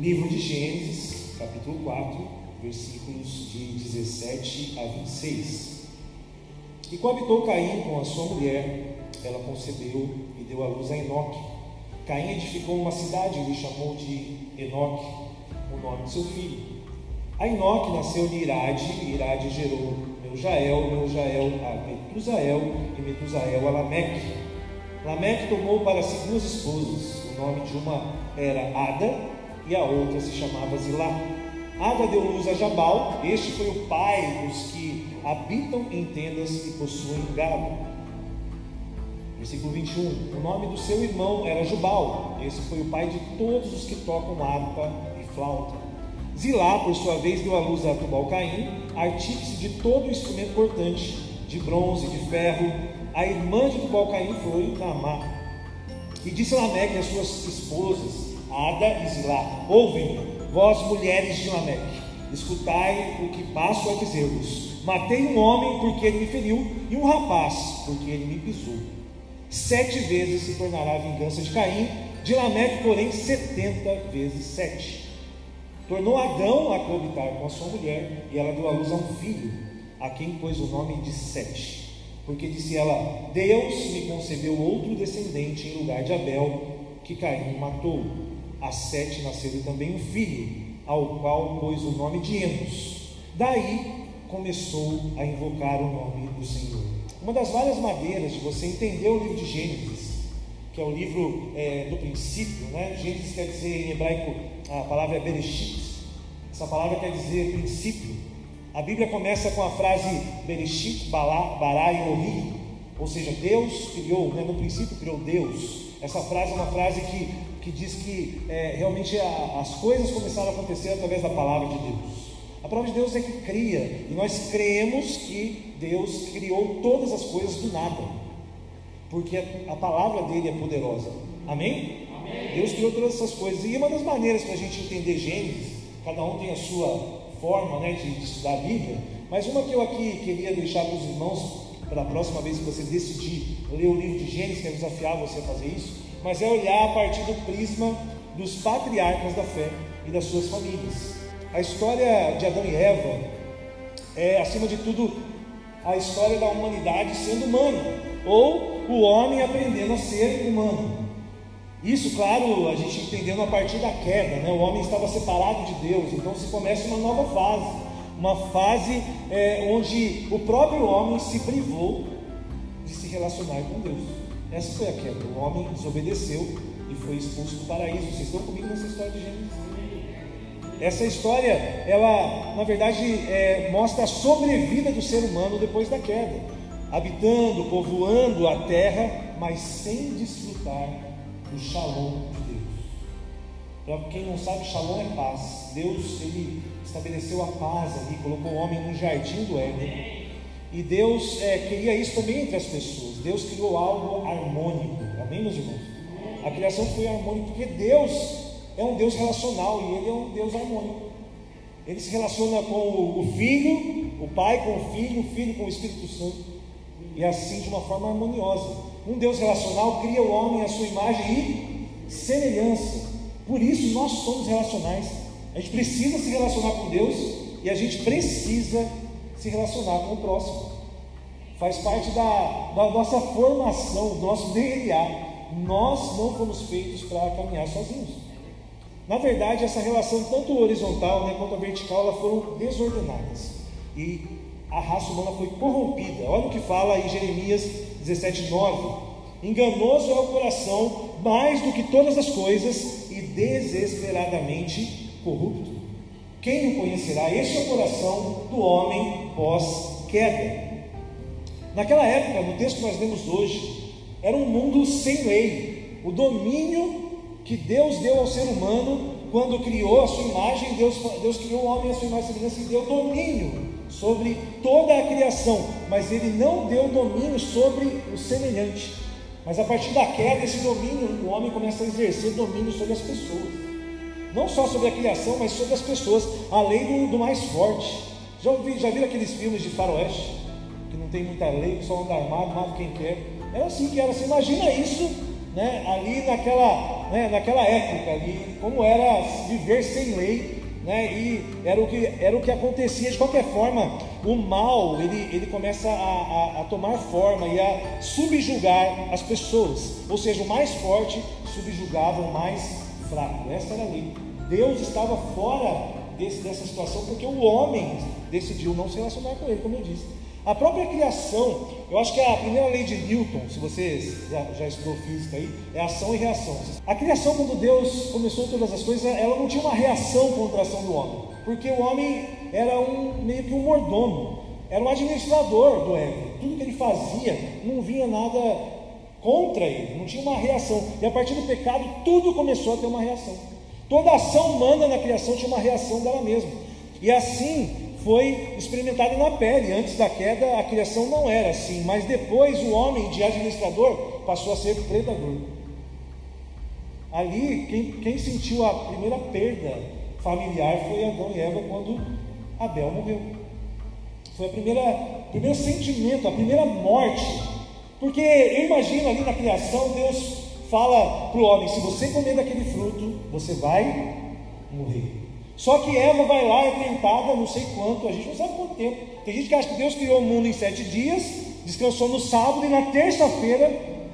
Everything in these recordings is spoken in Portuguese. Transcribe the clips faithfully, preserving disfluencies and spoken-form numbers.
Livro de Gênesis, capítulo quatro, versículos de dezessete a vinte e seis. E coabitou Caim com a sua mulher, ela concebeu e deu à luz a Enoque. Caim edificou uma cidade e lhe chamou de Enoque, o nome de seu filho. A Enoque nasceu-lhe Irade, e Irade gerou Meujael, Meujael a Metusael, e Metusael a Lameque. Lameque tomou para si duas esposas, o nome de uma era Ada, e a outra se chamava Zilá. Ada deu luz a Jabal, este foi o pai dos que habitam em tendas e possuem gado. Versículo vinte e um, o nome do seu irmão era Jubal, esse foi o pai de todos os que tocam harpa e flauta. Zilá, por sua vez, deu à luz a Tubal-Caim, artífice de todo instrumento cortante, de bronze, de ferro. A irmã de Tubal-Caim foi Naamá. E disse Lameque às suas esposas, Ada e Zilá: ouvem-me, vós mulheres de Lameque, escutai o que passo a dizer-vos. Matei um homem porque ele me feriu, e um rapaz porque ele me pisou. Sete vezes se tornará a vingança de Caim, de Lameque, porém, setenta vezes sete. Tornou Adão a coabitar com a sua mulher, e ela deu à luz a um filho, a quem pôs o nome de Sete, porque disse ela: Deus me concedeu outro descendente em lugar de Abel, que Caim matou. A Sete nasceu também um filho, ao qual pôs o nome de Enos. Daí começou a invocar o nome do Senhor. Uma das várias maneiras de você entender o livro de Gênesis, que é o livro é, do princípio, né? Gênesis quer dizer em hebraico, a palavra é Bereshit. Essa palavra quer dizer princípio. A Bíblia começa com a frase Bereshit, Balá, Bará e Ori, ou seja, Deus criou, né? No princípio criou Deus. Essa frase é uma frase que, que diz que é, realmente a, as coisas começaram a acontecer através da palavra de Deus. A palavra de Deus é que cria, e nós cremos que Deus criou todas as coisas do nada, porque a, a palavra dele é poderosa. Amém? Amém? Deus criou todas essas coisas, e uma das maneiras para a gente entender Gênesis, cada um tem a sua forma, né, de, de estudar a Bíblia, mas uma que eu aqui queria deixar para os irmãos, para a próxima vez que você decidir ler o livro de Gênesis, quero desafiar você a fazer isso, mas é olhar a partir do prisma dos patriarcas da fé e das suas famílias. A história de Adão e Eva é, acima de tudo, a história da humanidade sendo humana, ou o homem aprendendo a ser humano. Isso, claro, a gente entendendo a partir da queda, né? O homem estava separado de Deus, então se começa uma nova fase, uma fase é, onde o próprio homem se privou de se relacionar com Deus. Essa foi a queda, o homem desobedeceu e foi expulso do paraíso. Vocês estão comigo nessa história de Gênesis? Essa história, ela, na verdade, é, mostra a sobrevida do ser humano depois da queda, habitando, povoando a terra, mas sem desfrutar do shalom de Deus. Para quem não sabe, shalom é paz. Deus, ele estabeleceu a paz ali, colocou o homem no jardim do Éden, e Deus é, queria isso também entre as pessoas. Deus criou algo harmônico. Amém, meus irmãos? A criação foi harmônica, porque Deus é um Deus relacional, e Ele é um Deus harmônico. Ele se relaciona com o Filho, o Pai com o Filho, o Filho com o Espírito Santo, e assim de uma forma harmoniosa. Um Deus relacional cria o homem à sua imagem e semelhança. Por isso nós somos relacionais. A gente precisa se relacionar com Deus, e a gente precisa se relacionar com o próximo. Faz parte da, da nossa formação, do nosso D N A. Nós não fomos feitos para caminhar sozinhos. Na verdade, essa relação, tanto horizontal, né, quanto a vertical, elas foram desordenadas, e a raça humana foi corrompida. Olha o que fala em Jeremias dezessete, nove: enganoso é o coração mais do que todas as coisas, e desesperadamente corrupto. Quem o conhecerá? Este é o coração do homem pós-queda. Naquela época, no texto que nós lemos hoje, era um mundo sem lei. O domínio que Deus deu ao ser humano quando criou a sua imagem, Deus, Deus criou o homem à sua imagem e semelhança, e deu domínio sobre toda a criação, mas Ele não deu domínio sobre o semelhante. Mas a partir da queda, esse domínio, o homem começa a exercer domínio sobre as pessoas, não só sobre a criação, mas sobre as pessoas, a lei do, do mais forte. Já, ouvi, já viram aqueles filmes de faroeste, que não tem muita lei, que só anda armado, mata quem quer? Era assim que era. Você imagina isso né, ali naquela, né, naquela época, ali, como era viver sem lei, né, e era o, que, era o que acontecia. De qualquer forma, o mal ele, ele começa a, a, a tomar forma e a subjugar as pessoas, ou seja, o mais forte subjugava o mais fraco. Essa era a lei. Deus estava fora desse, dessa situação porque o homem decidiu não se relacionar com ele, como eu disse. A própria criação, eu acho que a primeira lei de Newton, se você já, já estudou física aí, é ação e reação. A criação, quando Deus começou todas as coisas, ela não tinha uma reação contra a ação do homem, porque o homem era um, meio que um mordomo, era um administrador do ego. Tudo que ele fazia, não vinha nada contra ele, não tinha uma reação. E a partir do pecado, tudo começou a ter uma reação. Toda ação humana na criação tinha uma reação dela mesma. E assim foi experimentado na pele. Antes da queda a criação não era assim, mas depois o homem de administrador passou a ser predador. Ali quem, quem sentiu a primeira perda familiar foi Adão e Eva quando Abel morreu. Foi a primeira, o primeiro sentimento, a primeira morte. Porque eu imagino ali na criação, Deus fala para o homem: se você comer daquele fruto, você vai morrer. Só que Eva vai lá, é tentada, não sei quanto, a gente não sabe quanto tempo. Tem gente que acha que Deus criou o mundo em sete dias, descansou no sábado, e na terça-feira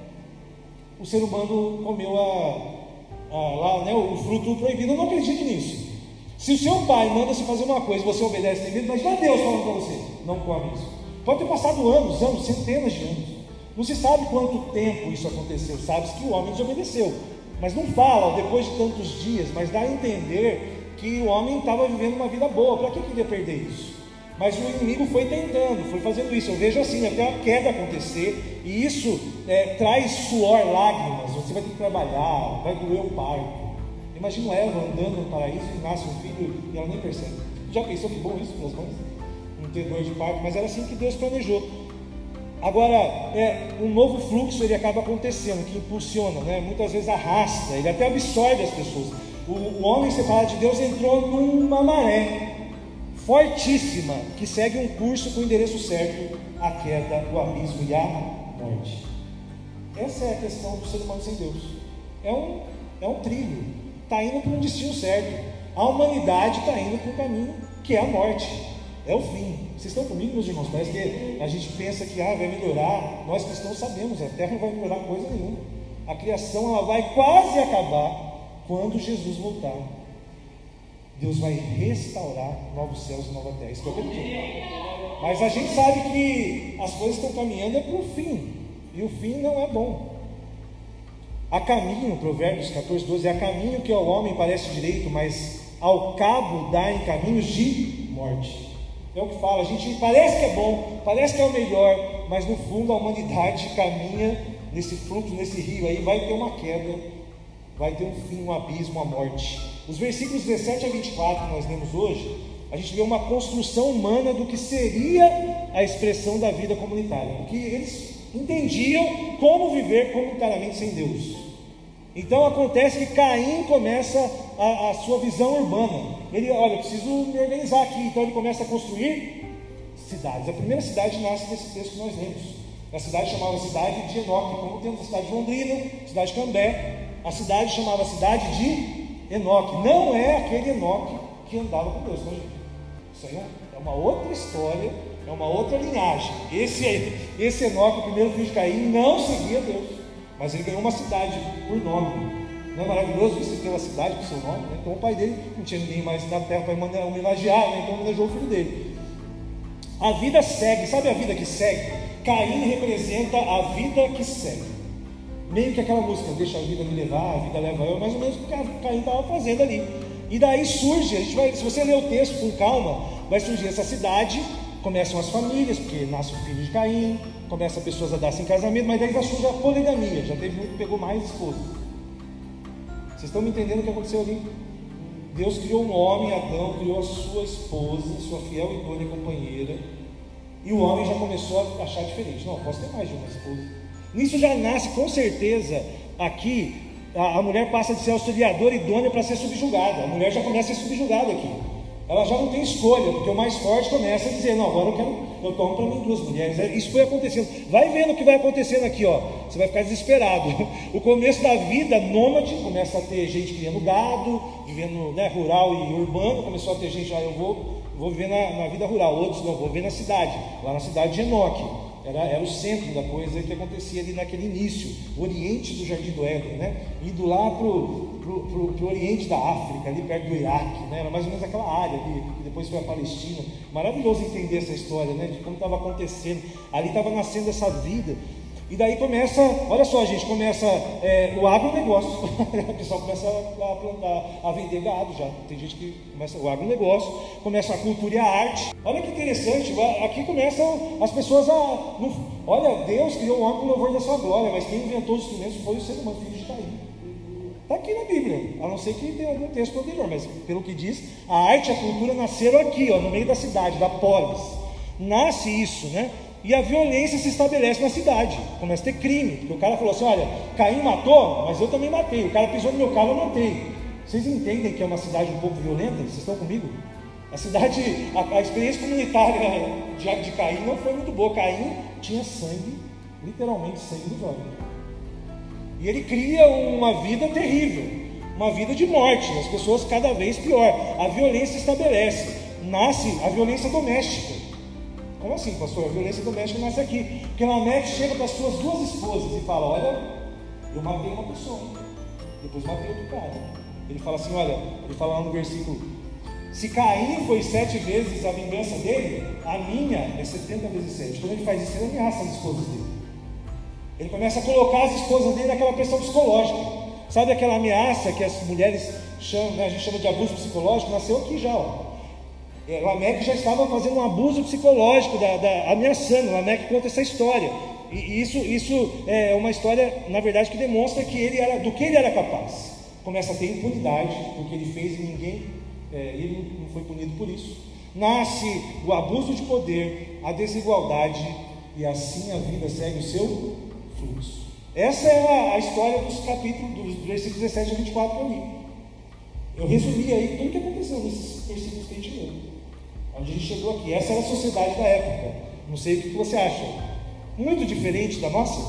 o ser humano comeu a, a, lá, né, o fruto proibido. Eu não acredito nisso. Se o seu pai manda você fazer uma coisa e você obedece, tem medo, mas não é Deus falando para você: não come isso. Pode ter passado anos, anos, centenas de anos. Não se sabe quanto tempo isso aconteceu. Sabe-se que o homem desobedeceu, mas não fala depois de tantos dias, mas dá a entender que o homem estava vivendo uma vida boa. Para que queria perder isso? Mas o inimigo foi tentando, foi fazendo isso. Eu vejo assim, até a queda acontecer, e isso é, traz suor, lágrimas. Você vai ter que trabalhar, vai doer o parto. Imagina Eva andando no paraíso e nasce um filho e ela nem percebe. Já pensou que bom isso para as mães? Não ter dor de parto, mas era assim que Deus planejou. Agora, é, um novo fluxo ele acaba acontecendo, que impulsiona, né? Muitas vezes arrasta, ele até absorve as pessoas. O, o homem separado de Deus entrou numa maré fortíssima, que segue um curso com o endereço certo: a queda, o abismo e a morte. Essa é a questão do ser humano sem Deus. É um, é um trilho, está indo para um destino certo. A humanidade está indo para um caminho que é a morte, é o fim. Vocês estão comigo, meus irmãos? Parece que a gente pensa que ah, vai melhorar. Nós cristãos sabemos, a terra não vai melhorar coisa nenhuma. A criação ela vai quase acabar quando Jesus voltar. Deus vai restaurar novos céus e nova terra. Isso que eu acredito. Mas a gente sabe que as coisas estão caminhando é para o fim, e o fim não é bom. Há caminho, Provérbios catorze, doze, há caminho que ao homem parece direito, mas ao cabo dá em caminhos de morte. É o que fala. A gente parece que é bom, parece que é o melhor, mas no fundo a humanidade caminha nesse fluxo, nesse rio aí, vai ter uma queda, vai ter um fim, um abismo, a morte. Os versículos dezessete a vinte e quatro que nós lemos hoje, a gente vê uma construção humana do que seria a expressão da vida comunitária, porque eles entendiam como viver comunitariamente sem Deus. Então acontece que Caim começa a, a sua visão urbana. Ele, olha, eu preciso me organizar aqui. Então ele começa a construir cidades. A primeira cidade nasce desse texto que nós lemos. A cidade chamava cidade de Enoque, como temos a cidade de Londrina, a cidade de Cambé. A cidade chamava cidade de Enoque. Não é aquele Enoque que andava com Deus, não, gente. Isso aí é uma outra história, é uma outra linhagem. Esse, esse Enoque, o primeiro filho de Caim, não seguia Deus, mas ele ganhou uma cidade por nome. Não é maravilhoso você ter uma cidade com seu nome? Né? Então o pai dele não tinha ninguém mais na terra para homenagear, né? Então homenageou o filho dele. A vida segue, sabe a vida que segue? Caim representa a vida que segue. Meio que aquela música, deixa a vida me levar, a vida leva eu, mais ou menos o que Caim estava fazendo ali. E daí surge, a gente vai, se você ler o texto com calma, vai surgir essa cidade, começam as famílias, porque nasce o filho de Caim, começa pessoas a dar-se em casamento, mas daí já surge a poligamia, já teve muito que pegou mais esposas. Vocês estão me entendendo o que aconteceu ali? Deus criou um homem, Adão, criou a sua esposa, sua fiel e idônea companheira, e o homem já começou a achar diferente. Não, posso ter mais de uma esposa. Nisso já nasce, com certeza, aqui, a, a mulher passa de ser auxiliadora idônea para ser subjugada. A mulher já começa a ser subjugada aqui. Ela já não tem escolha, porque o mais forte começa a dizer, não, agora eu quero, eu tomo para mim duas mulheres. Isso foi acontecendo. Vai vendo o que vai acontecendo aqui, ó. Você vai ficar desesperado. O começo da vida nômade, começa a ter gente criando gado, vivendo, né, rural e urbano. Começou a ter gente, ah, eu vou, vou viver na, na vida rural. Outros não, vou viver na cidade. Lá na cidade de Enoque. Era, era o centro da coisa que acontecia ali naquele início, o oriente do Jardim do Éden, né? Indo lá para o oriente da África, ali perto do Iraque, né? Era mais ou menos aquela área ali, que depois foi a Palestina. Maravilhoso entender essa história, né? De como estava acontecendo, ali estava nascendo essa vida. E daí começa, olha só gente, começa é, o agronegócio, o pessoal começa a plantar, a vender gado já, tem gente que começa o agronegócio, começa a cultura e a arte. Olha que interessante, aqui começam as pessoas a, não, olha, Deus criou o homem com o louvor da sua glória, mas quem inventou os instrumentos foi o ser humano, filho de Caim. Está aqui na Bíblia, a não ser que tenha algum texto anterior, mas pelo que diz, a arte e a cultura nasceram aqui, ó, no meio da cidade, da polis. Nasce isso, né? E a violência se estabelece na cidade, começa a ter crime, porque o cara falou assim, olha, Caim matou, mas eu também matei, o cara pisou no meu carro, eu matei. Vocês entendem que é uma cidade um pouco violenta? Vocês estão comigo? A cidade, a, a experiência comunitária de, de Caim não foi muito boa. Caim tinha sangue, literalmente sangue dos olhos. E ele cria uma vida terrível, uma vida de morte, as pessoas cada vez pior. A violência estabelece, nasce a violência doméstica. Como assim, pastor? A violência doméstica nasce aqui. Porque Lameque chega para as suas duas esposas e fala, olha, eu matei uma pessoa, depois matei outro cara. Ele fala assim, olha, ele fala lá no versículo, se Caim foi sete vezes a vingança dele, a minha é setenta vezes sete. Quando ele faz isso, ele ameaça as esposas dele. Ele começa a colocar as esposas dele naquela pressão psicológica. Sabe aquela ameaça que as mulheres chamam, né, a gente chama de abuso psicológico? Nasceu aqui já, ó. Lameque já estava fazendo um abuso psicológico, da, da, ameaçando. Lameque conta essa história. E isso, isso é uma história, na verdade, que demonstra que ele era, do que ele era capaz. Começa a ter impunidade, porque ele fez e ninguém, é, ele não foi punido por isso. Nasce o abuso de poder, a desigualdade, e assim a vida segue o seu fluxo. Essa é a, a história dos capítulos, dos versículos dezessete a vinte e quatro que eu li. Eu resumi aí tudo o que aconteceu nesses versículos que a gente leu. Onde a gente chegou aqui. Essa era a sociedade da época. Não sei o que você acha. Muito diferente da nossa?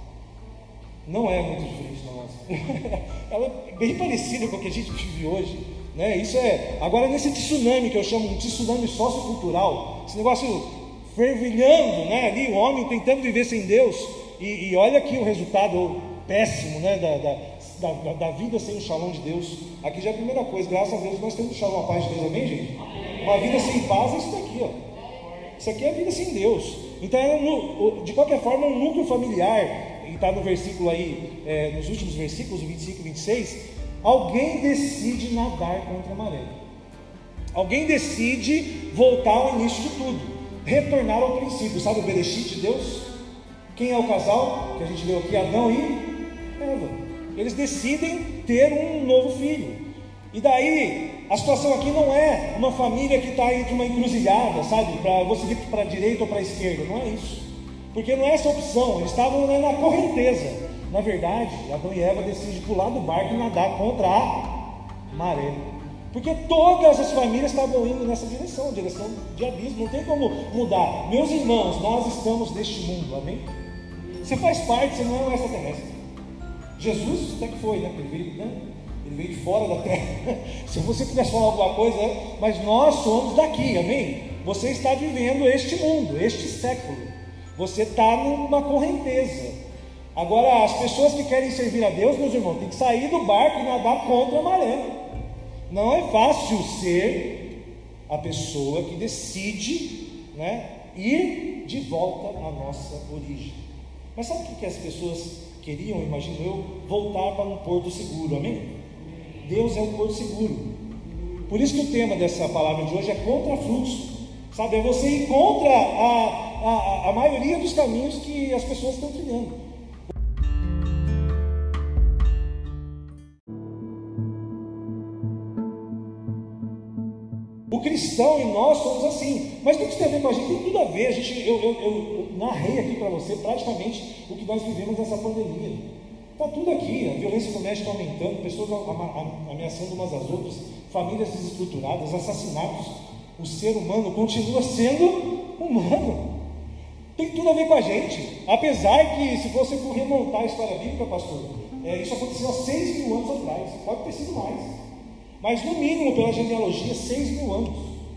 Não é muito diferente da nossa. Ela é bem parecida com o que a gente vive hoje, né? Isso é. Agora, nesse tsunami que eu chamo de tsunami sociocultural, esse negócio fervilhando, né? Ali, o homem tentando viver sem Deus. E, e olha aqui o resultado péssimo, né? Da, da, da, da vida sem o shalom de Deus. Aqui já é a primeira coisa. Graças a Deus nós temos o shalom, a paz de Deus. Amém, gente? Uma vida sem paz é isso daqui, ó. Isso aqui é a vida sem Deus. Então, de qualquer forma, um núcleo familiar, e está no versículo aí, é, nos últimos versículos, vinte e cinco e vinte e seis, alguém decide nadar contra a maré. Alguém decide voltar ao início de tudo, retornar ao princípio. Sabe o Bereshit de Deus? Quem é o casal que a gente leu aqui? Adão e Eva. Eles decidem ter um novo filho. E daí, a situação aqui não é uma família que está entre uma encruzilhada, sabe? Para você ir para a direita ou para a esquerda, não é isso. Porque não é essa opção, eles estavam na correnteza. Na verdade, Adão e Eva decidem pular do barco e nadar contra a maré. Porque todas as famílias estavam indo nessa direção, direção de abismo, não tem como mudar. Meus irmãos, nós estamos neste mundo, amém? Você faz parte, você não é um extraterrestre. Jesus até que foi, né? Ele veio, né? Ele veio de fora da terra. Se você quisesse falar alguma coisa, né? Mas nós somos daqui, amém? Você está vivendo este mundo, este século. Você está numa correnteza. Agora, as pessoas que querem servir a Deus, meus irmãos, tem que sair do barco e nadar contra a maré. Não é fácil ser a pessoa que decide, né, ir de volta à nossa origem. Mas sabe o que as pessoas queriam, imagino eu? Voltar para um porto seguro, amém? Deus é um porto seguro. Por isso que o tema dessa palavra de hoje é contrafluxo. Sabe, é você ir contra a, a, a maioria dos caminhos que as pessoas estão trilhando. O cristão e nós somos assim. Mas o que isso tem a ver com a gente? Tem tudo a ver. A gente, eu, eu, eu narrei aqui para você praticamente o que nós vivemos nessa pandemia. Está tudo aqui, a violência doméstica aumentando, pessoas ameaçando umas às outras, famílias desestruturadas, assassinatos. O ser humano continua sendo humano. Tem tudo a ver com a gente. Apesar que, se você for remontar a história bíblica, pastor, é, isso aconteceu há seis mil anos atrás. Pode ter sido mais. Mas, no mínimo, pela genealogia, seis mil anos.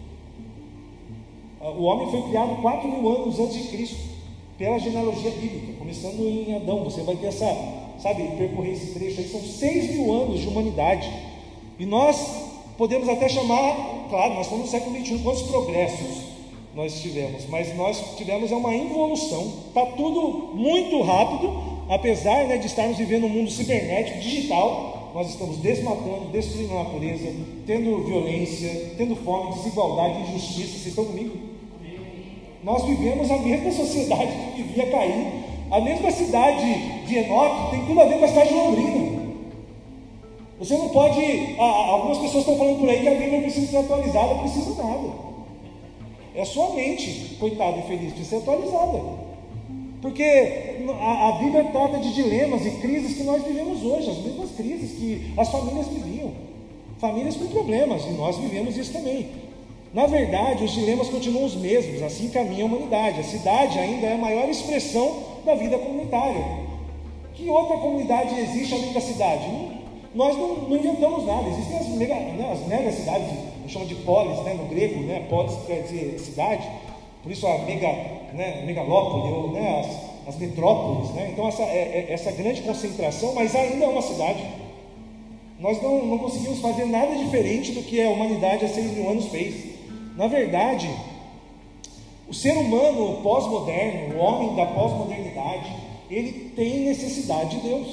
O homem foi criado quatro mil anos antes de Cristo, pela genealogia bíblica, começando em Adão. Você vai ter essa, sabe, percorrer esse trecho aí. São seis mil anos de humanidade. E nós podemos até chamar, claro, nós estamos no século vinte e um, quantos progressos nós tivemos, mas nós tivemos uma involução. Está tudo muito rápido, apesar, né, de estarmos vivendo um mundo cibernético, digital. Nós estamos desmatando, destruindo a natureza, tendo violência, tendo fome, desigualdade, injustiça. Vocês estão comigo? Nós vivemos a mesma sociedade que vivia Caim. A mesma cidade de Enoque tem tudo a ver com a cidade de Londrina. Você não pode... Ah, algumas pessoas estão falando por aí que a Bíblia precisa ser atualizada. Não precisa nada. É a sua mente, coitada e feliz, precisa ser atualizada. Porque a, a Bíblia trata de dilemas e crises que nós vivemos hoje, as mesmas crises que as famílias viviam. Famílias com problemas, e nós vivemos isso também. Na verdade, os dilemas continuam os mesmos, assim caminha a humanidade. A cidade ainda é a maior expressão da vida comunitária. Que outra comunidade existe além da cidade? Não, nós não, não inventamos nada. Existem as mega, né, as mega cidades, a gente chama de polis, né, no grego, né, polis quer dizer cidade, por isso a mega, né, megalópole, ou, né, as, as metrópoles, né? Então essa, é, é, essa grande concentração, mas ainda é uma cidade. Nós não, não conseguimos fazer nada diferente do que a humanidade há seis mil anos fez. Na verdade, o ser humano pós-moderno, o homem da pós-modernidade, ele tem necessidade de Deus.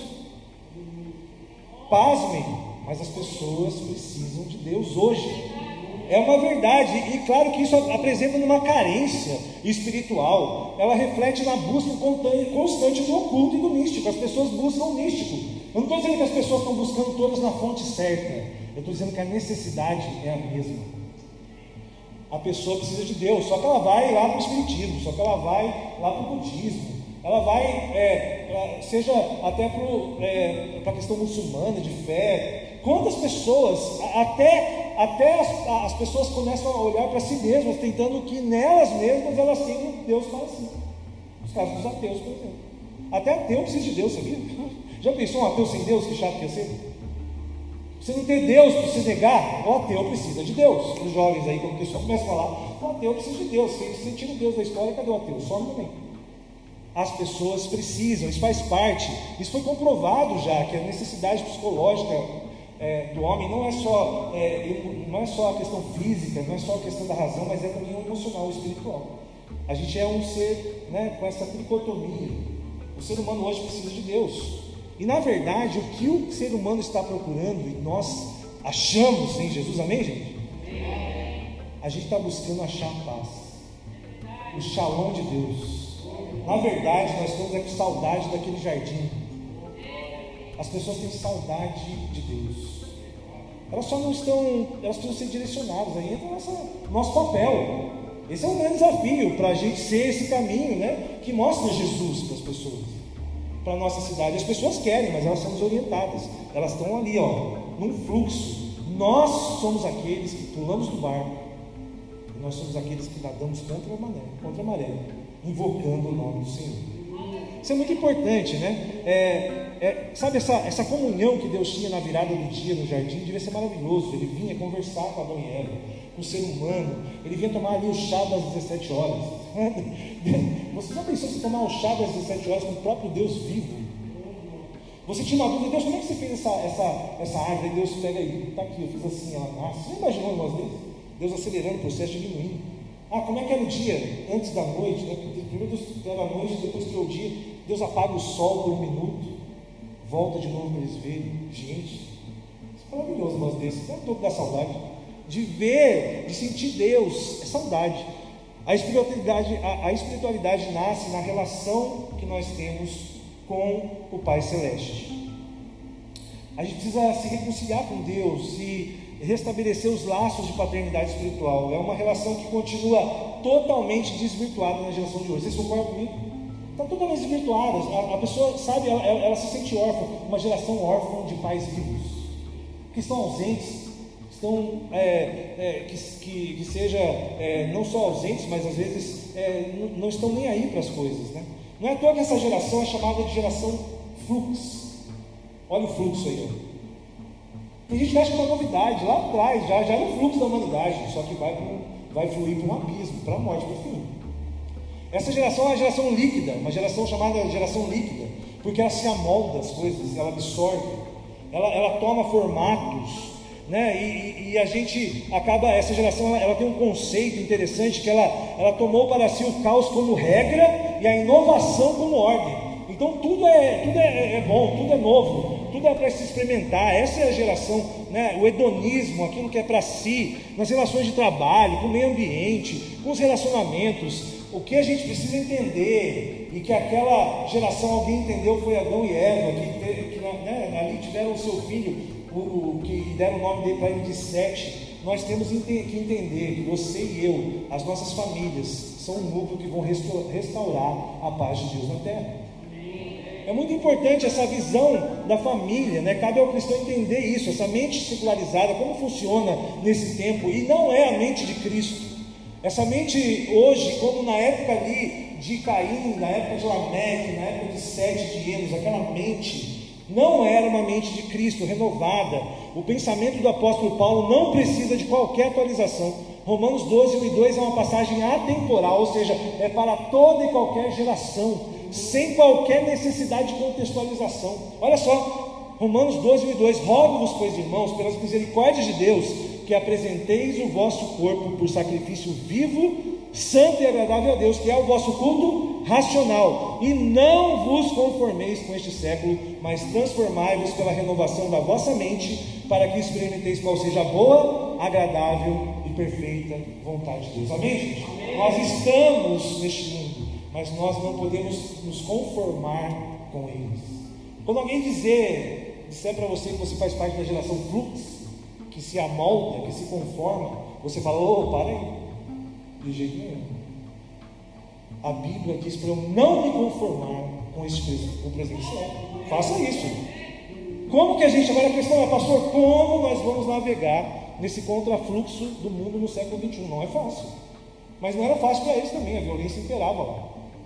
Pasmem, mas as pessoas precisam de Deus hoje. É uma verdade, e claro que isso apresenta uma carência espiritual. Ela reflete na busca constante do oculto e do místico. As pessoas buscam o místico. Eu não estou dizendo que as pessoas estão buscando todas na fonte certa. Eu estou dizendo que a necessidade é a mesma. A pessoa precisa de Deus, só que ela vai lá para o espiritismo, só que ela vai lá para o budismo, ela vai, é, pra, seja até para é, a questão muçulmana, de fé. Quantas pessoas, até, até as, as pessoas começam a olhar para si mesmas, tentando que nelas mesmas elas tenham Deus para si. Os casos dos ateus, por exemplo. Até ateu precisa de Deus, sabia? Já pensou um ateu sem Deus? Que chato que ia ser? Você não ter Deus para se negar, o ateu precisa de Deus. Os jovens aí, quando o pessoal começa a falar, o ateu precisa de Deus. Se você tira o Deus da história, cadê o ateu? Some também. As pessoas precisam, isso faz parte. Isso foi comprovado já, que a necessidade psicológica é, do homem não é, só, é, não é só a questão física, não é só a questão da razão, mas é também o emocional, o espiritual. A gente é um ser, né, com essa tricotomia. O ser humano hoje precisa de Deus. E na verdade, o que o ser humano está procurando, e nós achamos em Jesus, amém, gente? A gente está buscando achar a paz, o shalom de Deus. Na verdade, nós estamos aqui com saudade daquele jardim. As pessoas têm saudade de Deus. Elas só não estão, elas precisam ser direcionadas. Aí entra o nosso, nosso papel. Esse é um grande desafio para a gente ser esse caminho, né, que mostra Jesus para as pessoas, para a nossa cidade. As pessoas querem, mas elas são desorientadas. Elas estão ali, ó, num fluxo. Nós somos aqueles que pulamos do barco. E nós somos aqueles que nadamos contra a maré, contra a maré, invocando o nome do Senhor. Isso é muito importante, né? É, é, sabe essa, essa comunhão que Deus tinha na virada do dia no jardim? Devia ser maravilhoso. Ele vinha conversar com Adão e Eva, com o ser humano. Ele vinha tomar ali o chá das dezessete horas. Você já pensou em tomar o chá das dezessete horas com o próprio Deus vivo? Você tinha uma dúvida: Deus, como é que você fez essa, essa, essa árvore? Deus pega aí, está aqui, eu fiz assim, ela nasce. Você imaginou umas vezes? Deus acelerando o processo, diminuindo. Ah, como é que era o dia antes da noite? Né? Primeiro Deus era a noite, depois criou o dia. Deus apaga o sol por um minuto, volta de novo para eles verem. Gente, isso é maravilhoso, nós desses. Não é todo da saudade de ver, de sentir Deus. É saudade. A espiritualidade, a, a espiritualidade nasce na relação que nós temos com o Pai Celeste. A gente precisa se reconciliar com Deus e restabelecer os laços de paternidade espiritual. É uma relação que continua totalmente desvirtuada na geração de hoje. Vocês concordam comigo? Está totalmente desvirtuada. A, a pessoa, sabe, ela, ela, ela se sente órfã. Uma geração órfã de pais vivos, que estão ausentes, estão, é, é, que, que, que seja é, não só ausentes, mas às vezes é, não, não estão nem aí para as coisas, né? Não é à toa que essa geração é chamada de geração fluxo. Olha o fluxo aí, ó. Tem gente que acha que é uma novidade, lá atrás já, já era o fluxo da humanidade, só que vai, pro, vai fluir para um abismo, para a morte, para o fim. Essa geração é uma geração líquida, uma geração chamada geração líquida, porque ela se amolda às coisas, ela absorve, ela, ela toma formatos, né? E, e a gente acaba, essa geração ela, ela tem um conceito interessante, que ela, ela tomou para si o caos como regra e a inovação como ordem. Então tudo é, tudo é, é bom, tudo é novo, tudo é para se experimentar. Essa é a geração, né? O hedonismo, aquilo que é para si, nas relações de trabalho, com o meio ambiente, com os relacionamentos. O que a gente precisa entender, e que aquela geração, alguém entendeu, foi Adão e Eva, que, que né, ali tiveram o seu filho, o, o, que deram o nome dele para ele de Sete. Nós temos que entender que você e eu, as nossas famílias, são um núcleo que vão restaurar a paz de Deus na terra. É muito importante essa visão da família, né? Cabe ao cristão entender isso, essa mente secularizada, como funciona nesse tempo, e não é a mente de Cristo. Essa mente hoje, como na época ali de Caim, na época de Lameque, na época de Sete, de Enos, aquela mente não era uma mente de Cristo renovada. O pensamento do apóstolo Paulo não precisa de qualquer atualização. Romanos doze, um e dois é uma passagem atemporal, ou seja, é para toda e qualquer geração, sem qualquer necessidade de contextualização. Olha só, Romanos doze, um e dois: rogo-vos, pois, irmãos, pelas misericórdias de Deus, que apresenteis o vosso corpo por sacrifício vivo, santo e agradável a Deus, que é o vosso culto racional, e não vos conformeis com este século, mas transformai-vos pela renovação da vossa mente, para que experimenteis qual seja a boa, agradável e perfeita vontade de Deus. Amém, gente? Amém. Nós estamos neste mundo, mas nós não podemos nos conformar com eles. Quando alguém dizer, disser para você que você faz parte da geração fluxo, que se amolda, que se conforma, você fala: ô, oh, para aí, de jeito nenhum. A Bíblia diz para eu não me conformar com esse com o presente século. Faça isso. Como que a gente, agora a questão é, pastor, como nós vamos navegar nesse contrafluxo do mundo no século vinte e um? Não é fácil, mas não era fácil para eles também, a violência imperava lá.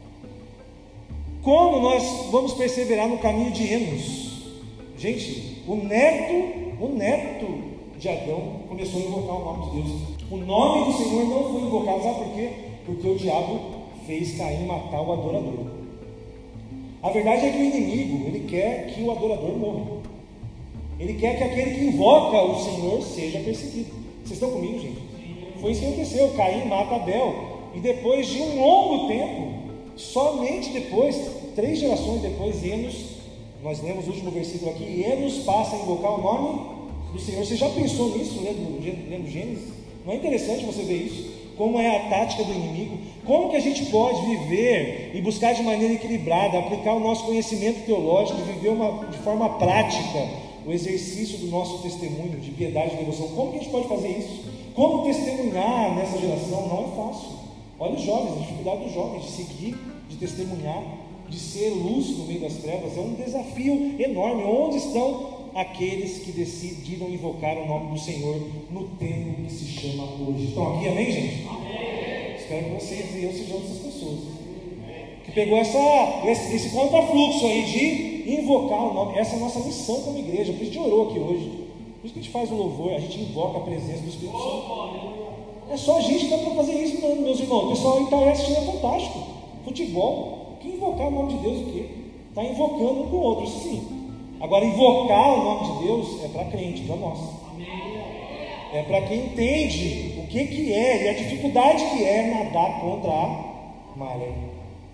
Como nós vamos perseverar no caminho de Enos? Gente, o neto, o neto de Adão começou a invocar o nome de Deus. O nome do Senhor não foi invocado, sabe por quê? Porque o diabo fez Caim matar o adorador. A verdade é que o inimigo, ele quer que o adorador morra. Ele quer que aquele que invoca o Senhor seja perseguido. Vocês estão comigo, gente? Foi isso que aconteceu. Caim mata Abel, e depois de um longo tempo, somente depois, três gerações depois, Enos, nós lemos o último versículo aqui, Enos passa a invocar o nome do Senhor. Você já pensou nisso, lendo, lendo Gênesis? Não é interessante você ver isso? Como é a tática do inimigo? Como que a gente pode viver e buscar de maneira equilibrada, aplicar o nosso conhecimento teológico e viver uma, de forma prática o exercício do nosso testemunho de piedade e devoção? Como que a gente pode fazer isso? Como testemunhar nessa geração? Não é fácil. Olha os jovens, a dificuldade dos jovens de seguir, de testemunhar, de ser luz no meio das trevas. É um desafio enorme. Onde estão aqueles que decidiram invocar o nome do Senhor no tempo que se chama hoje? Estão aqui, amém, gente? Amém. Espero que vocês e eu sejamos essas pessoas que pegou essa, esse, esse contrafluxo aí de invocar o nome. Essa é a nossa missão como igreja. Por isso a gente orou aqui hoje, por isso que a gente faz o louvor, a gente invoca a presença do Espírito Santo. É só a gente que dá para fazer isso, meus irmãos. O pessoal aí está assistindo, é fantástico. Futebol, que invocar o nome de Deus o quê? Está invocando um com o outro, sim. Agora, invocar o nome de Deus é para crente, para nós. É para quem entende o que, que é e a dificuldade que é nadar contra a maré.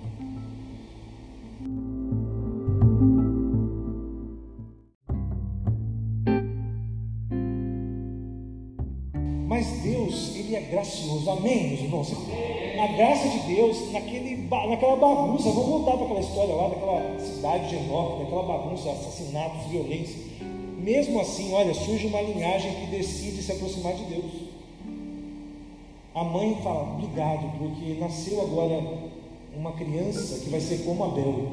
Mas Deus, Ele é gracioso, amém, meus irmãos? A graça de Deus, naquele, naquela bagunça, vamos voltar para aquela história lá, daquela cidade de Enoque, daquela bagunça, assassinatos, violência. Mesmo assim, olha, surge uma linhagem que decide se aproximar de Deus. A mãe fala: obrigado, porque nasceu agora uma criança que vai ser como Abel.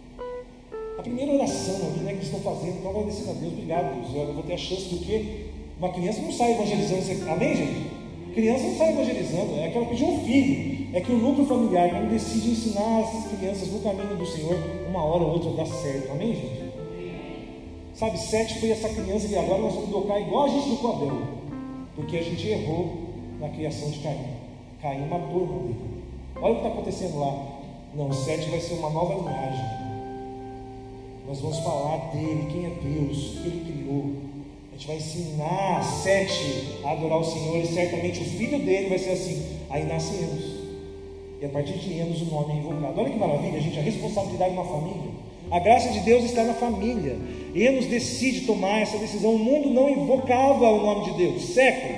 A primeira oração ali, né, que estão fazendo, então agradecendo a Deus: obrigado, Deus, eu vou ter a chance do quê? Uma criança não sai evangelizando, amém, gente? Criança não sai evangelizando, é aquela que pediu um filho. É que o núcleo familiar, quando decide ensinar as crianças no caminho do Senhor, uma hora ou outra dá certo, amém, gente? Sabe, Sete foi essa criança que agora nós vamos tocar igual a gente do Abel, porque a gente errou na criação de Caim. Caim matou o irmão dele. Olha o que está acontecendo lá. Não, Sete vai ser uma nova linhagem. Nós vamos falar dele, quem é Deus, o que ele criou. A gente vai ensinar Sete a adorar o Senhor, e certamente o filho dele vai ser assim. Aí nasce Enos, e a partir de Enos o nome é invocado. Olha que maravilha, gente, a responsabilidade de uma família. A graça de Deus está na família. Enos decide tomar essa decisão. O mundo não invocava o nome de Deus, séculos.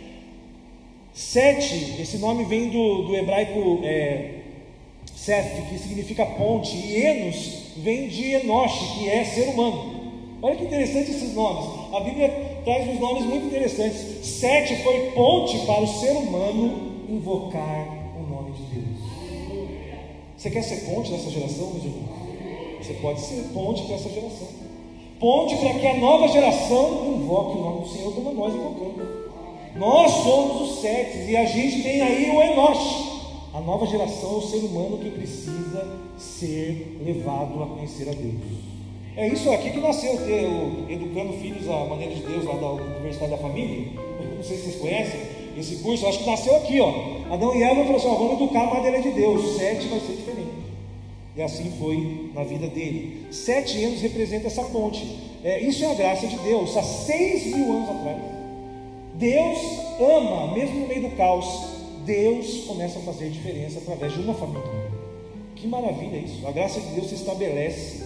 Sete, esse nome vem do, do hebraico é, Seth, que significa ponte, e Enos vem de Enosh, que é ser humano. Olha que interessante esses nomes. A Bíblia traz uns nomes muito interessantes. Sete foi ponte para o ser humano invocar o nome de Deus. Você quer ser ponte nessa geração, meus irmãos? Você pode ser ponte para essa geração. Ponte para que a nova geração invoque o nome do Senhor como nós invocamos. Nós somos os Setes, e a gente tem aí o Enosh. A nova geração é o ser humano que precisa ser levado a conhecer a Deus. É isso aqui que nasceu, ter o Educando Filhos à Maneira de Deus, lá da Universidade da Família. Não sei se vocês conhecem esse curso, acho que nasceu aqui, ó. Adão e Eva falaram assim: ó, vamos educar a maneira de Deus. Sete vai ser diferente. E assim foi na vida dele. Sete anos representa essa ponte. É, isso é a graça de Deus. Há seis mil anos atrás, Deus ama, mesmo no meio do caos, Deus começa a fazer diferença através de uma família. Que maravilha isso! A graça de Deus se estabelece.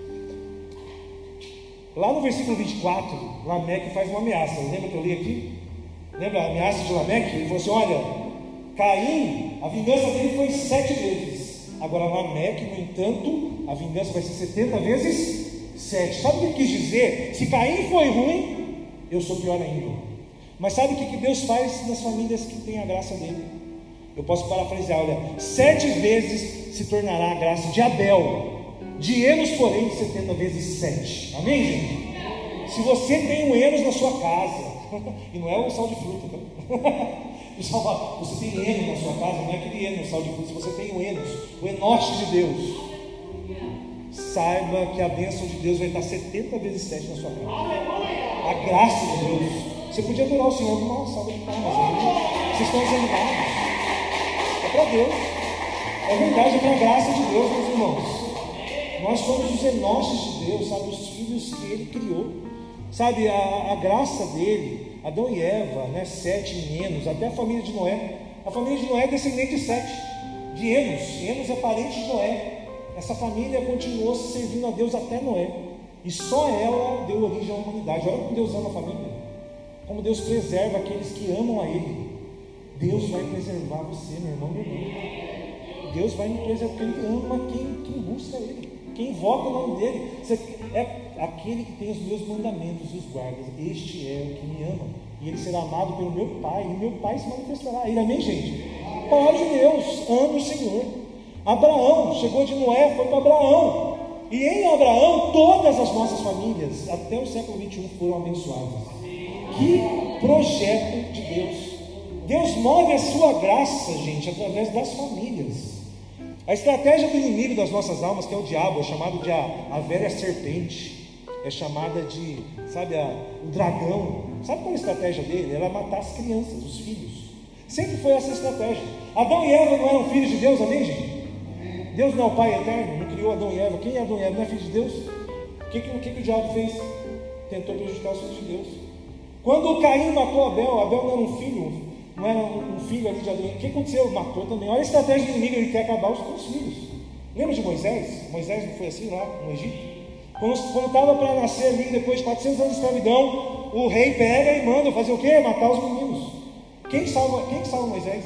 Lá no versículo vinte e quatro, Lameque faz uma ameaça. Lembra que eu li aqui? Lembra a ameaça de Lameque? Ele falou assim: olha, Caim, a vingança dele foi sete vezes. Agora Lameque, no entanto, a vingança vai ser setenta vezes sete. Sabe o que ele quis dizer? Se Caim foi ruim, eu sou pior ainda. Mas sabe o que Deus faz nas famílias que têm a graça dele? Eu posso parafrasear, olha, sete vezes se tornará a graça de Abel, de Enos, porém, setenta vezes sete. Amém, gente? Se você tem um Enos na sua casa, e não é o sal de fruta, tá? Você tem Enos na sua casa, não é aquele Enos, sal de fruta. Se você tem o Enos, o Enosh de Deus, saiba que a bênção de Deus vai estar setenta vezes sete na sua casa. A graça de Deus. Você podia adorar o Senhor com uma salva de palmas. Vocês estão desanimados. É para Deus. É verdade, é para a graça de Deus, meus irmãos. Nós somos os Enoches de Deus, sabe, os filhos que Ele criou. Sabe, a, a graça dele, Adão e Eva, né, Sete e Enos, até a família de Noé. A família de Noé é descendente de Sete, de Enos. Enos é parente de Noé. Essa família continuou se servindo a Deus até Noé. E só ela deu origem à humanidade. Olha como Deus ama a família. Como Deus preserva aqueles que amam a Ele. Deus vai preservar você, meu irmão, meu irmão. Deus vai me preservar, porque Ele ama quem, quem busca Ele, quem invoca o nome dEle. Você, é aquele que tem os meus mandamentos e os guardas. Este é o que me ama, e ele será amado pelo meu Pai, e meu Pai se manifestará a ele. Amém, gente? Palavra de Deus, ama o Senhor. Abraão, chegou de Noé, foi para Abraão. E em Abraão, todas as nossas famílias, até o século vinte e um, foram abençoadas. Que projeto de Deus! Deus move a sua graça, gente, através das famílias. A estratégia do inimigo das nossas almas, que é o diabo, é chamado de a, a velha serpente, é chamada de, sabe, a, o dragão. Sabe qual é a estratégia dele? Era matar as crianças, os filhos. Sempre foi essa estratégia. Adão e Eva não eram filhos de Deus, amém, gente? Deus não é o Pai eterno, não criou Adão e Eva. Quem é Adão e Eva? Não é filho de Deus? O que, que, que, que o diabo fez? Tentou prejudicar os filhos de Deus. Quando Caim matou Abel, Abel não era um filho, não era um filho ali de Adão. O que aconteceu? Matou também. Olha a estratégia do inimigo, ele quer acabar os, com os filhos. Lembra de Moisés? Moisés não foi assim lá no Egito? Quando estava para nascer ali, depois de quatrocentos anos de escravidão, o rei pega e manda fazer o quê? Matar os meninos. Quem salva, quem salva Moisés?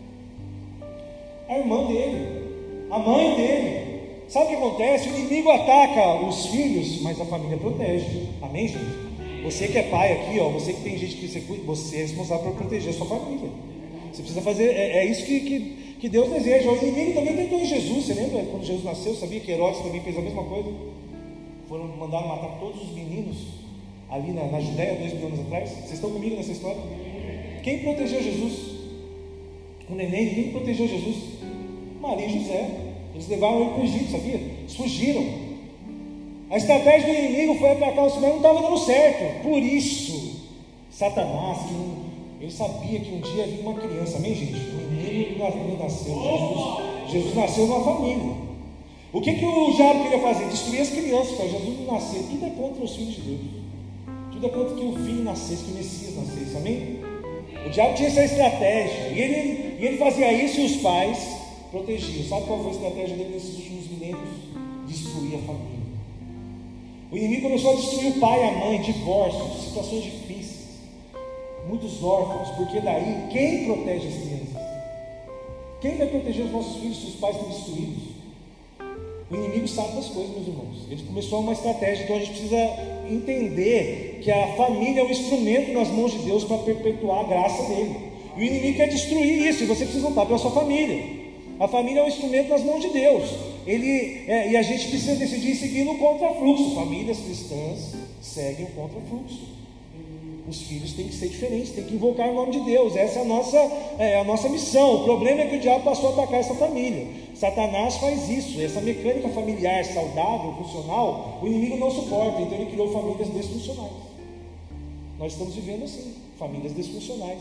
A irmã dele, a mãe dele. Sabe o que acontece? O inimigo ataca os filhos, mas a família protege. Amém, gente? Você que é pai aqui, ó, você que tem gente que você cuida, você é responsável por proteger a sua família. Você precisa fazer, é, é isso que, que, que Deus deseja. O inimigo também tentou em Jesus. Você lembra quando Jesus nasceu? Sabia que Herodes também fez a mesma coisa? Foram mandar matar todos os meninos. ali na, na Judéia, dois mil anos atrás? Vocês estão comigo nessa história? Quem protegeu Jesus? O neném, quem protegeu Jesus? Maria e José. Eles levaram ele para o Egito, sabia? Eles fugiram. A estratégia do inimigo foi atacar o Senhor, mas não estava dando certo. Por isso, Satanás, que não, ele sabia que um dia havia uma criança, amém, gente? O menino não nasceu, Jesus, Jesus nasceu numa família. O que, que o diabo queria fazer? Destruir as crianças, para Jesus não nascer. Tudo é contra os filhos de Deus. Tudo é contra que o filho nascesse, que o Messias nascesse, amém? O diabo tinha essa estratégia, e ele, e ele fazia isso e os pais protegiam. Sabe qual foi a estratégia dele nesses últimos milênios? Destruir a família. O inimigo começou a destruir o pai, a mãe, divórcios, situações difíceis, muitos órfãos, porque daí quem protege as crianças? Quem vai proteger os nossos filhos se os pais estão destruídos? O inimigo sabe das coisas, meus irmãos. Ele começou uma estratégia, então a gente precisa entender que a família é um instrumento nas mãos de Deus para perpetuar a graça dele. E o inimigo quer destruir isso, e você precisa lutar pela sua família. A família é um instrumento nas mãos de Deus. Ele, é, e a gente precisa decidir seguir no contrafluxo. Famílias cristãs seguem o contrafluxo. Os filhos têm que ser diferentes, têm que invocar o nome de Deus. Essa é a nossa, é, a nossa missão. O problema é que o diabo passou a atacar essa família. Satanás faz isso. Essa mecânica familiar saudável, funcional, o inimigo não suporta. Então ele criou famílias disfuncionais. Nós estamos vivendo assim, famílias disfuncionais.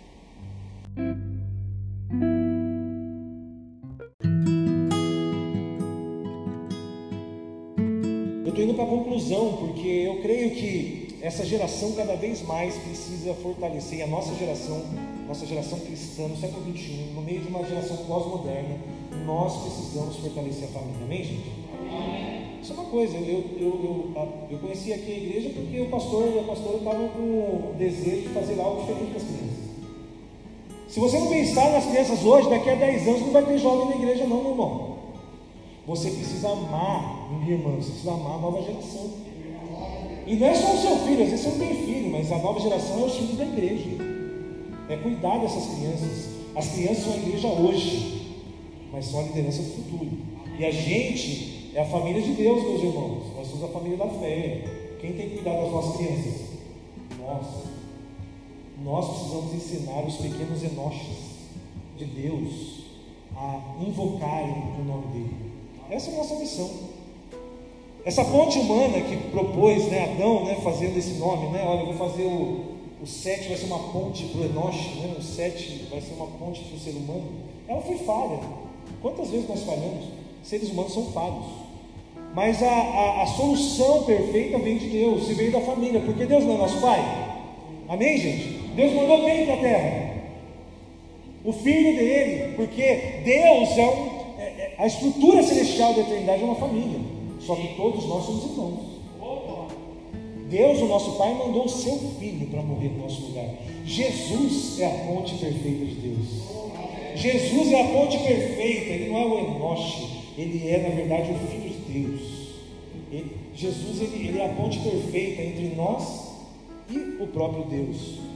Eu estou indo para a conclusão, porque eu creio que essa geração cada vez mais precisa fortalecer, a nossa geração, nossa geração cristã no século vinte e um, no meio de uma geração pós-moderna, nós precisamos fortalecer a família, amém, gente? Amém. Isso é uma coisa, eu, eu, eu, eu conheci aqui a igreja porque o pastor e a pastora estavam com o desejo de fazer algo diferente com as crianças. Se você não pensar nas crianças hoje, daqui a dez anos não vai ter jovem na igreja não, meu irmão. Você precisa amar, minha irmã, você precisa amar a nova geração. E não é só o seu filho, às vezes você não tem filho, mas a nova geração é os filhos da igreja. É cuidar dessas crianças. As crianças são a igreja hoje, mas são a liderança do futuro. E a gente é a família de Deus, meus irmãos. Nós somos a família da fé. Quem tem que cuidar das nossas crianças? Nós. Nós precisamos ensinar os pequenos enoches de Deus a invocarem o nome dele. Essa é a nossa missão. Essa ponte humana que propôs, né, Adão, né, fazendo esse nome, né, olha, eu vou fazer o, o sete vai ser uma ponte para o Enoche, né, o sete vai ser uma ponte para o ser humano. Ela foi falha. Quantas vezes nós falhamos? Seres humanos são falhos. Mas a, a, a solução perfeita vem de Deus, e veio da família, porque Deus não é nosso Pai. Amém, gente? Deus mandou quem para a terra? O Filho dele, porque Deus é, um, é, é a estrutura celestial da eternidade é uma família. Só que todos nós somos irmãos. Deus, o nosso Pai, mandou o seu Filho para morrer no nosso lugar. Jesus é a ponte perfeita de Deus. Jesus é a ponte perfeita. Ele não é o Enoche. Ele é, na verdade, o Filho de Deus. Ele, Jesus ele, ele é a ponte perfeita entre nós e o próprio Deus.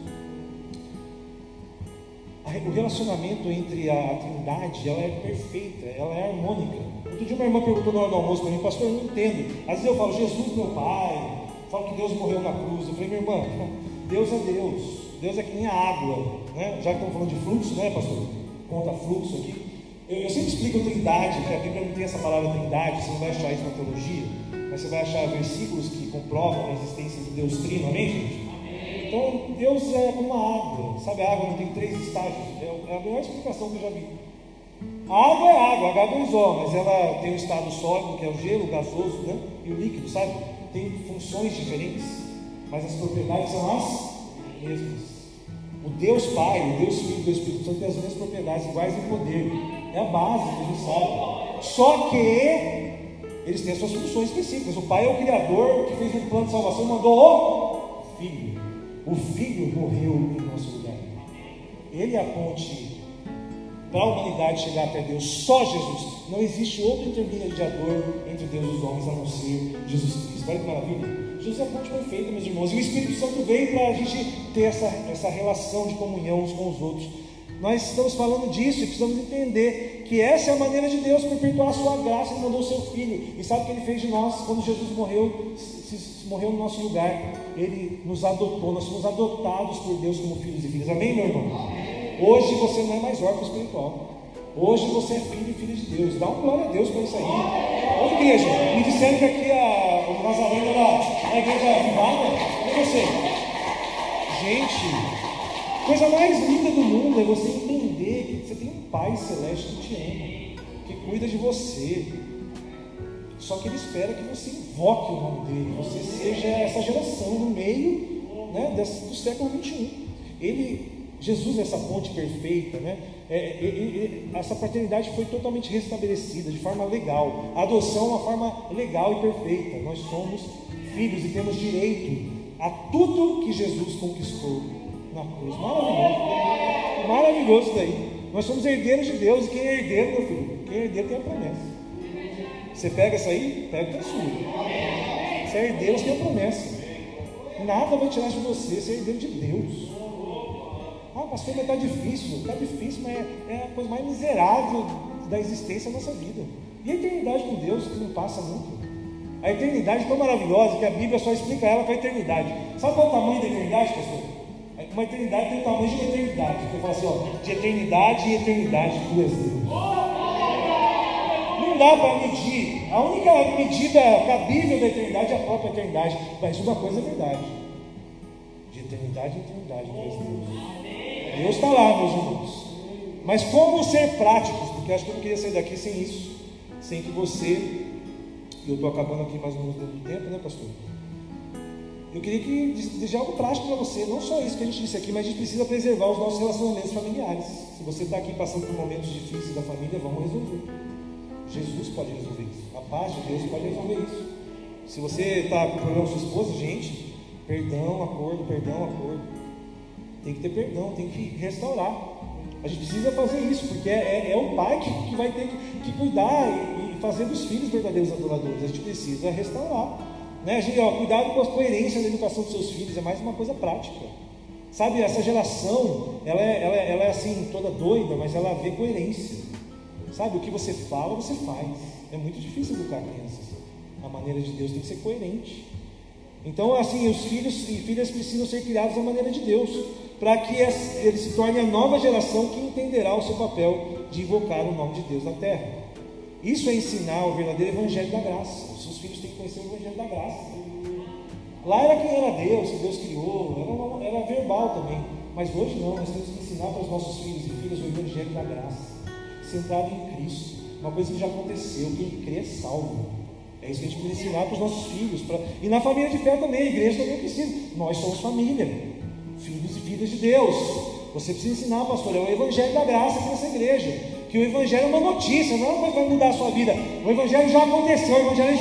O relacionamento entre a Trindade, ela é perfeita, ela é harmônica. Outro dia uma irmã perguntou na hora do almoço para mim, pastor, eu não entendo. Às vezes eu falo, Jesus meu Pai, falo que Deus morreu na cruz. Eu falei, minha irmã, Deus é Deus, Deus é que nem a água, né? Já que estamos falando de fluxo, né, pastor? Conta fluxo aqui. Eu, eu sempre explico Trindade, que a Bíblia não tem essa palavra Trindade, você não vai achar isso na teologia, mas você vai achar versículos que comprovam a existência do Deus Trino, amém, gente? Então, Deus é como a água, sabe, a água não tem três estágios, é a melhor explicação que eu já vi. A água é água, agá dois ó, mas ela tem o estado sólido, que é o gelo, o gasoso, né? E o líquido, sabe? Tem funções diferentes, mas as propriedades são as mesmas. O Deus Pai, o Deus Filho e o Deus Espírito Santo têm as mesmas propriedades, iguais em poder. É a base que a gente sabe. Só que eles têm as suas funções específicas. O Pai é o Criador que fez um plano de salvação e mandou o Filho. O Filho morreu em nosso lugar. Ele é a ponte para a humanidade chegar até Deus. Só Jesus. Não existe outro intermediador entre Deus e os homens a não ser Jesus Cristo. Olha que maravilha. Jesus é a ponte perfeita, meus irmãos. E o Espírito Santo veio para a gente ter essa, essa relação de comunhão uns com os outros. Nós estamos falando disso e precisamos entender que essa é a maneira de Deus perpetuar a sua graça. Ele mandou o seu Filho. E sabe o que Ele fez de nós? Quando Jesus morreu, se, se morreu no nosso lugar, Ele nos adotou. Nós somos adotados por Deus como filhos e filhas. Amém, meu irmão? Hoje você não é mais órfão espiritual. Hoje você é filho e filha de Deus. Dá uma glória a Deus por isso aí. Ô igreja, me disseram que aqui a, o Nazareno era a igreja avivada. E você? Gente... A coisa mais linda do mundo é você entender que você tem um Pai Celeste que te ama, que cuida de você. Só que Ele espera que você invoque o nome dEle, você seja essa geração no meio, né, desse, do século vinte e um. Ele, Jesus é essa ponte perfeita, né? É, é, é, essa paternidade foi totalmente restabelecida de forma legal. A adoção é uma forma legal e perfeita. Nós somos filhos e temos direito a tudo que Jesus conquistou na cruz. Maravilhoso, maravilhoso isso daí. Nós somos herdeiros de Deus. E quem é herdeiro, meu filho? Quem é herdeiro tem a promessa. Você pega essa aí, pega a sua. Você é herdeiro, você tem a promessa. Nada vai tirar de você. Você é herdeiro de Deus. Ah, pastor, mas está difícil. Está difícil, mas é, é a coisa mais miserável da existência da nossa vida. E a eternidade com Deus, que não passa nunca. A eternidade é tão maravilhosa que a Bíblia só explica ela com a eternidade. Sabe qual é o tamanho da eternidade, pastor? Uma eternidade tem o tamanho de uma eternidade. Eu falo assim, ó, de eternidade e eternidade, tu és Deus. Não dá para medir. A única medida cabível da eternidade é a própria eternidade. Mas uma coisa é verdade: de eternidade em eternidade, tu és Deus. Deus está lá, meus irmãos. Mas como ser práticos? Porque eu acho que eu não queria sair daqui sem isso. Sem que você... E eu estou acabando aqui mais ou menos dentro do tempo, né, pastor? Eu queria que desejar algo prático para você. Não só isso que a gente disse aqui, mas a gente precisa preservar os nossos relacionamentos familiares. Se você está aqui passando por momentos difíceis da família, vamos resolver. Jesus pode resolver isso. A paz de Deus pode resolver isso. Se você está com problema com sua esposa, gente, perdão, acordo, perdão, acordo. Tem que ter perdão, tem que restaurar. A gente precisa fazer isso, porque é, é, é o pai que, que vai ter que, que cuidar e, e fazer dos filhos verdadeiros adoradores. A gente precisa restaurar. Né, gente, ó, cuidado com a coerência da educação dos seus filhos, é mais uma coisa prática. Sabe, essa geração, ela é, ela, é, ela é assim, toda doida, mas ela vê coerência. Sabe, o que você fala, você faz. É muito difícil educar crianças. A maneira de Deus tem que ser coerente. Então, assim, os filhos e filhas precisam ser criados à maneira de Deus, para que eles se tornem a nova geração que entenderá o seu papel de invocar o nome de Deus na terra. Isso é ensinar o verdadeiro evangelho da graça. Os seus filhos têm que conhecer o evangelho da graça. Lá era quem era Deus, que Deus criou, era, era verbal também. Mas hoje não, nós temos que ensinar para os nossos filhos e filhas o evangelho da graça, centrado em Cristo, uma coisa que já aconteceu. Quem crê é salvo. É isso que a gente precisa ensinar para os nossos filhos. Pra... E na família de fé também, a igreja também precisa. Nós somos família, filhos e filhas de Deus. Você precisa ensinar, pastor, é o evangelho da graça aqui nessa igreja. Que o evangelho é uma notícia, não é uma coisa que vai mudar a sua vida. O evangelho já aconteceu, o evangelho é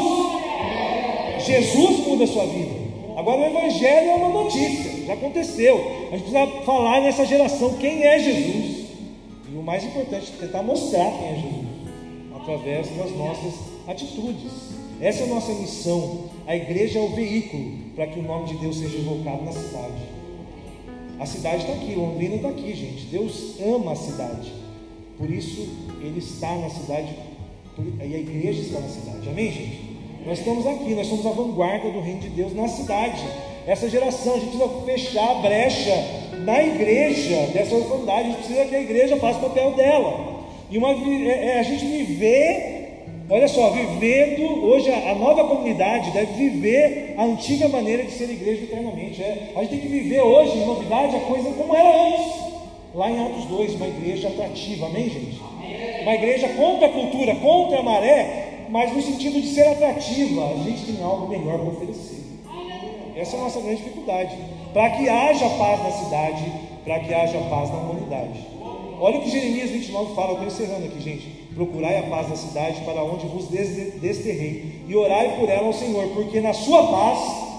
Jesus. Jesus muda a sua vida. Agora o evangelho é uma notícia, já aconteceu. A gente precisa falar nessa geração quem é Jesus. E o mais importante é tentar mostrar quem é Jesus, através das nossas atitudes. Essa é a nossa missão. A igreja é o veículo para que o nome de Deus seja invocado na cidade. A cidade está aqui, Londrina está aqui, gente. Deus ama a cidade. Por isso, Ele está na cidade, e a igreja está na cidade. Amém, gente? Nós estamos aqui, nós somos a vanguarda do reino de Deus na cidade. Essa geração, a gente precisa fechar a brecha na igreja dessa orfandade. A gente precisa que a igreja faça o papel dela. E uma, é, é a gente viver, olha só, vivendo, hoje a, a nova comunidade deve viver a antiga maneira de ser igreja eternamente. É, a gente tem que viver hoje, em novidade, a coisa como era antes. Lá em Atos dois, uma igreja atrativa, amém, gente? Amém. Uma igreja contra a cultura, contra a maré, mas no sentido de ser atrativa. A gente tem algo melhor para oferecer. Essa é a nossa grande dificuldade. Para que haja paz na cidade, para que haja paz na humanidade. Olha o que Jeremias vinte e nove fala, eu estou encerrando aqui, gente. Procurai a paz da cidade para onde vos desterrei, e orai por ela ao Senhor, porque na sua paz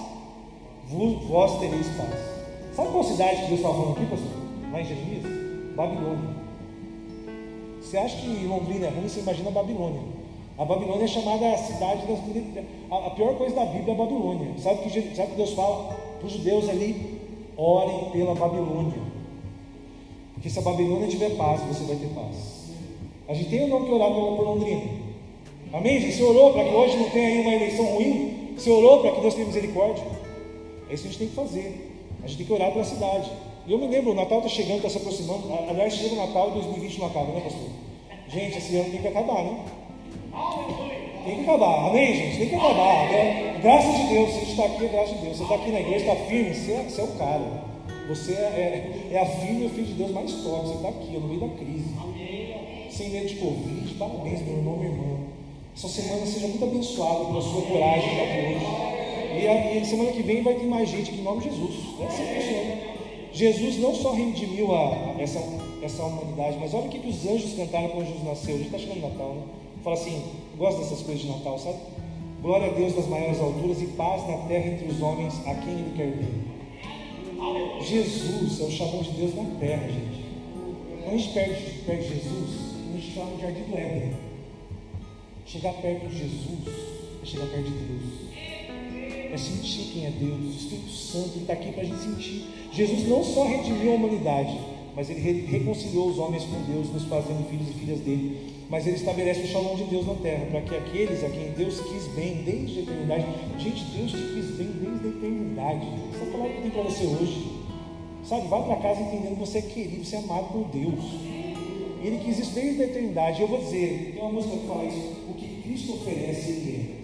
vos, vós tereis paz. Sabe qual cidade que Deus está falando aqui, pastor? Lá em Jeremias? Babilônia. Você acha que Londrina é ruim? Você imagina a Babilônia. A Babilônia é chamada a cidade das... A, a pior coisa da Bíblia é a Babilônia. Sabe o que, sabe que Deus fala para os judeus ali? Orem pela Babilônia. Porque se a Babilônia tiver paz, você vai ter paz. A gente tem ou não que orar por Londrina? Amém, gente? Você orou para que hoje não tenha aí uma eleição ruim? Você orou para que Deus tenha misericórdia? É isso que a gente tem que fazer. A gente tem que orar pela cidade. E eu me lembro, o Natal está chegando, está se aproximando. Aliás, chega o Natal e dois mil e vinte não acaba, né, pastor? Gente, esse ano tem que acabar, né? Tem que acabar, amém, gente? Tem que acabar, né? Graças a Deus, você está aqui, é graças a Deus. Você está aqui na igreja, está firme, você é, você é o cara. Você é, é, é a filha e o filho de Deus mais top. Você está aqui, no meio da crise. Sem medo de Covid. Parabéns, meu irmão, minha irmã. Essa semana seja muito abençoada pela sua coragem de estar aqui hoje. E a, e a semana que vem vai ter mais gente aqui em nome de Jesus. É assim que funciona. Jesus não só redimiu a, a essa, essa humanidade, mas olha o que, que os anjos cantaram quando Jesus nasceu. A gente está chegando no Natal, né? Fala assim, gosto dessas coisas de Natal, sabe? Glória a Deus nas maiores alturas e paz na terra entre os homens a quem Ele quer bem. Jesus é o chamado de Deus na terra, gente. Quando a gente perde, perde Jesus, a gente está no jardim do Éden. Chegar perto de Jesus é chegar perto de Deus. É sentir quem é Deus. O Espírito Santo está aqui para a gente sentir. Jesus não só redimiu a humanidade, mas Ele re- reconciliou os homens com Deus, nos fazendo filhos e filhas dele. Mas Ele estabelece o shalom de Deus na terra, para que aqueles a quem Deus quis bem desde a eternidade. Gente, Deus te quis bem desde a eternidade. Essa palavra que tem para você hoje. Sabe, vai para casa entendendo que você é querido, você é amado por Deus. Ele quis isso desde a eternidade. Eu vou dizer, tem uma música que fala isso: o que Cristo oferece, Ele é.